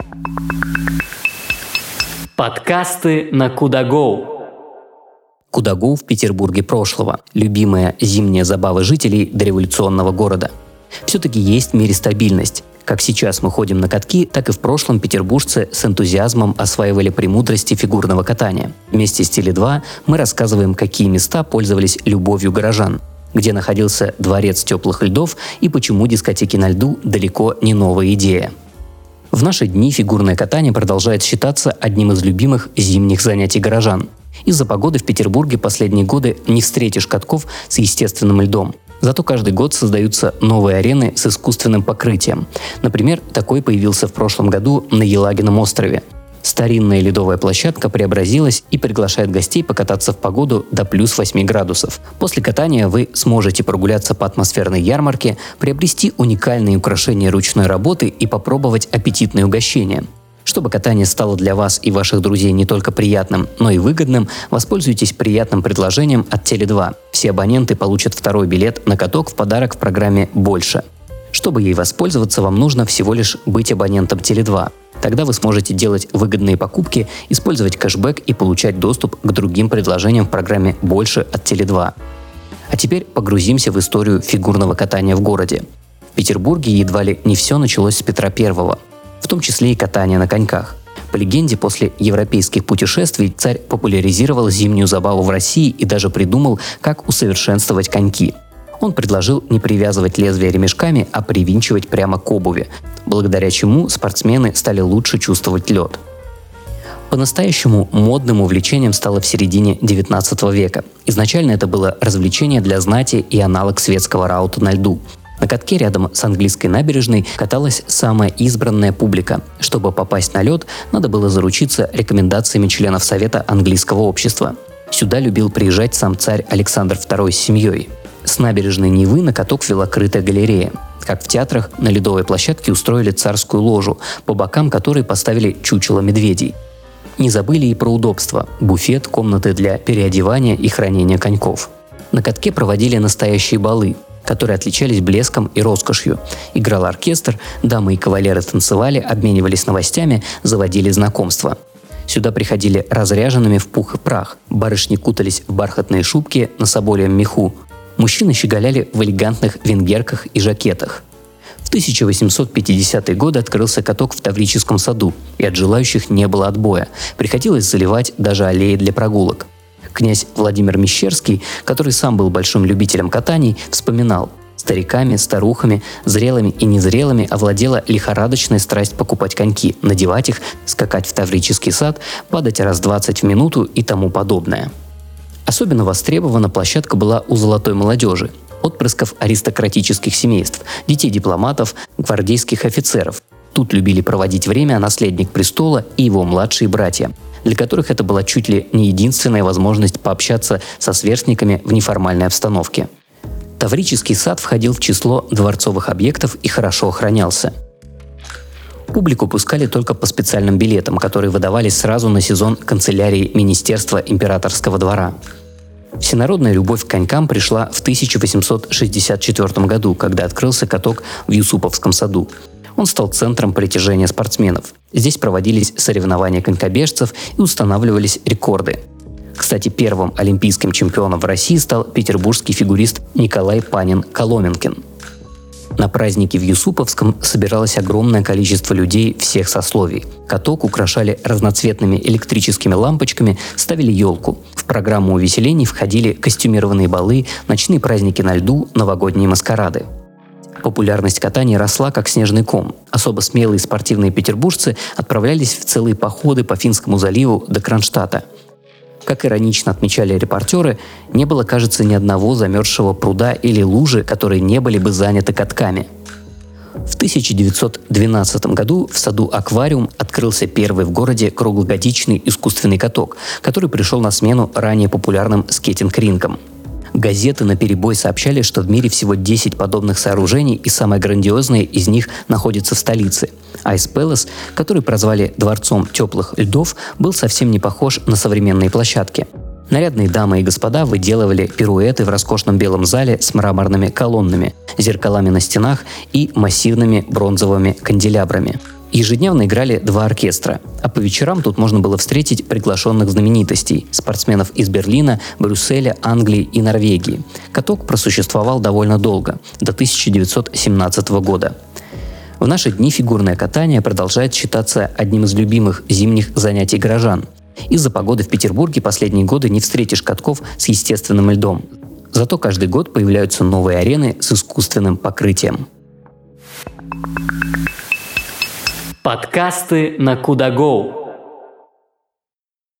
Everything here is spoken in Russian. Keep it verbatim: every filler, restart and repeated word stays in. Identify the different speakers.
Speaker 1: Подкасты на Куда.Гоу.
Speaker 2: Куда.Гоу в Петербурге прошлого. Любимая зимняя забава жителей дореволюционного города. Все-таки есть в мире стабильность. Как сейчас мы ходим на катки, так и в прошлом петербуржцы с энтузиазмом осваивали премудрости фигурного катания. Вместе с Теле два мы рассказываем, какие места пользовались любовью горожан, где находился дворец теплых льдов и почему дискотеки на льду далеко не новая идея. В наши дни фигурное катание продолжает считаться одним из любимых зимних занятий горожан. Из-за погоды в Петербурге последние годы не встретишь катков с естественным льдом. Зато каждый год создаются новые арены с искусственным покрытием. Например, такой появился в прошлом году на Елагином острове. Старинная ледовая площадка преобразилась и приглашает гостей покататься в погоду до плюс восемь градусов. После катания вы сможете прогуляться по атмосферной ярмарке, приобрести уникальные украшения ручной работы и попробовать аппетитные угощения. Чтобы катание стало для вас и ваших друзей не только приятным, но и выгодным, воспользуйтесь приятным предложением от Теле два. Все абоненты получат второй билет на каток в подарок в программе «Больше». Чтобы ей воспользоваться, вам нужно всего лишь быть абонентом Теле два. Тогда вы сможете делать выгодные покупки, использовать кэшбэк и получать доступ к другим предложениям в программе «Больше» от Теле два. А теперь погрузимся в историю фигурного катания в городе. В Петербурге едва ли не все началось с Петра Первого, в том числе и катание на коньках. По легенде, после европейских путешествий царь популяризировал зимнюю забаву в России и даже придумал, как усовершенствовать коньки. Он предложил не привязывать лезвия ремешками, а привинчивать прямо к обуви, благодаря чему спортсмены стали лучше чувствовать лед. По-настоящему модным увлечением стало в середине девятнадцатого века. Изначально это было развлечение для знати и аналог светского раута на льду. На катке рядом с английской набережной каталась самая избранная публика. Чтобы попасть на лед, надо было заручиться рекомендациями членов Совета английского общества. Сюда любил приезжать сам царь Александр Второй с семьей. С набережной Невы на каток вела крытая галерея. Как в театрах, на ледовой площадке устроили царскую ложу, по бокам которой поставили чучело медведей. Не забыли и про удобства – буфет, комнаты для переодевания и хранения коньков. На катке проводили настоящие балы, которые отличались блеском и роскошью. Играл оркестр, дамы и кавалеры танцевали, обменивались новостями, заводили знакомства. Сюда приходили разряженными в пух и прах. Барышни кутались в бархатные шубки на соболем меху. Мужчины щеголяли в элегантных венгерках и жакетах. В тысяча восемьсот пятидесятые годы открылся каток в Таврическом саду, и от желающих не было отбоя. Приходилось заливать даже аллеи для прогулок. Князь Владимир Мещерский, который сам был большим любителем катаний, вспоминал: стариками, старухами, зрелыми и незрелыми овладела лихорадочная страсть покупать коньки, надевать их, скакать в Таврический сад, падать раз двадцать в минуту и тому подобное. Особенно востребована площадка была у золотой молодежи, отпрысков аристократических семейств, детей дипломатов, гвардейских офицеров. Тут любили проводить время наследник престола и его младшие братья, для которых это была чуть ли не единственная возможность пообщаться со сверстниками в неформальной обстановке. Таврический сад входил в число дворцовых объектов и хорошо охранялся. Публику пускали только по специальным билетам, которые выдавались сразу на сезон канцелярии Министерства императорского двора. Всенародная любовь к конькам пришла в тысяча восемьсот шестьдесят четвёртом году, когда открылся каток в Юсуповском саду. Он стал центром притяжения спортсменов. Здесь проводились соревнования конькобежцев и устанавливались рекорды. Кстати, первым олимпийским чемпионом в России стал петербургский фигурист Николай Панин-Коломенкин. На празднике в Юсуповском собиралось огромное количество людей всех сословий. Каток украшали разноцветными электрическими лампочками, ставили елку. В программу увеселений входили костюмированные балы, ночные праздники на льду, новогодние маскарады. Популярность катания росла как снежный ком. Особо смелые спортивные петербуржцы отправлялись в целые походы по Финскому заливу до Кронштадта. Как иронично отмечали репортеры, не было, кажется, ни одного замерзшего пруда или лужи, которые не были бы заняты катками. В тысяча девятьсот двенадцатом году в саду «Аквариум» открылся первый в городе круглогодичный искусственный каток, который пришел на смену ранее популярным скейтинг-рингам. Газеты наперебой сообщали, что в мире всего десять подобных сооружений, и самое грандиозное из них находится в столице. Ice Palace, который прозвали «Дворцом теплых льдов», был совсем не похож на современные площадки. Нарядные дамы и господа выделывали пируэты в роскошном белом зале с мраморными колоннами, зеркалами на стенах и массивными бронзовыми канделябрами. Ежедневно играли два оркестра, а по вечерам тут можно было встретить приглашенных знаменитостей – спортсменов из Берлина, Брюсселя, Англии и Норвегии. Каток просуществовал довольно долго – до тысяча девятьсот семнадцатого года. В наши дни фигурное катание продолжает считаться одним из любимых зимних занятий горожан. Из-за погоды в Петербурге последние годы не встретишь катков с естественным льдом. Зато каждый год появляются новые арены с искусственным покрытием.
Speaker 1: Подкасты на Куда Гоу.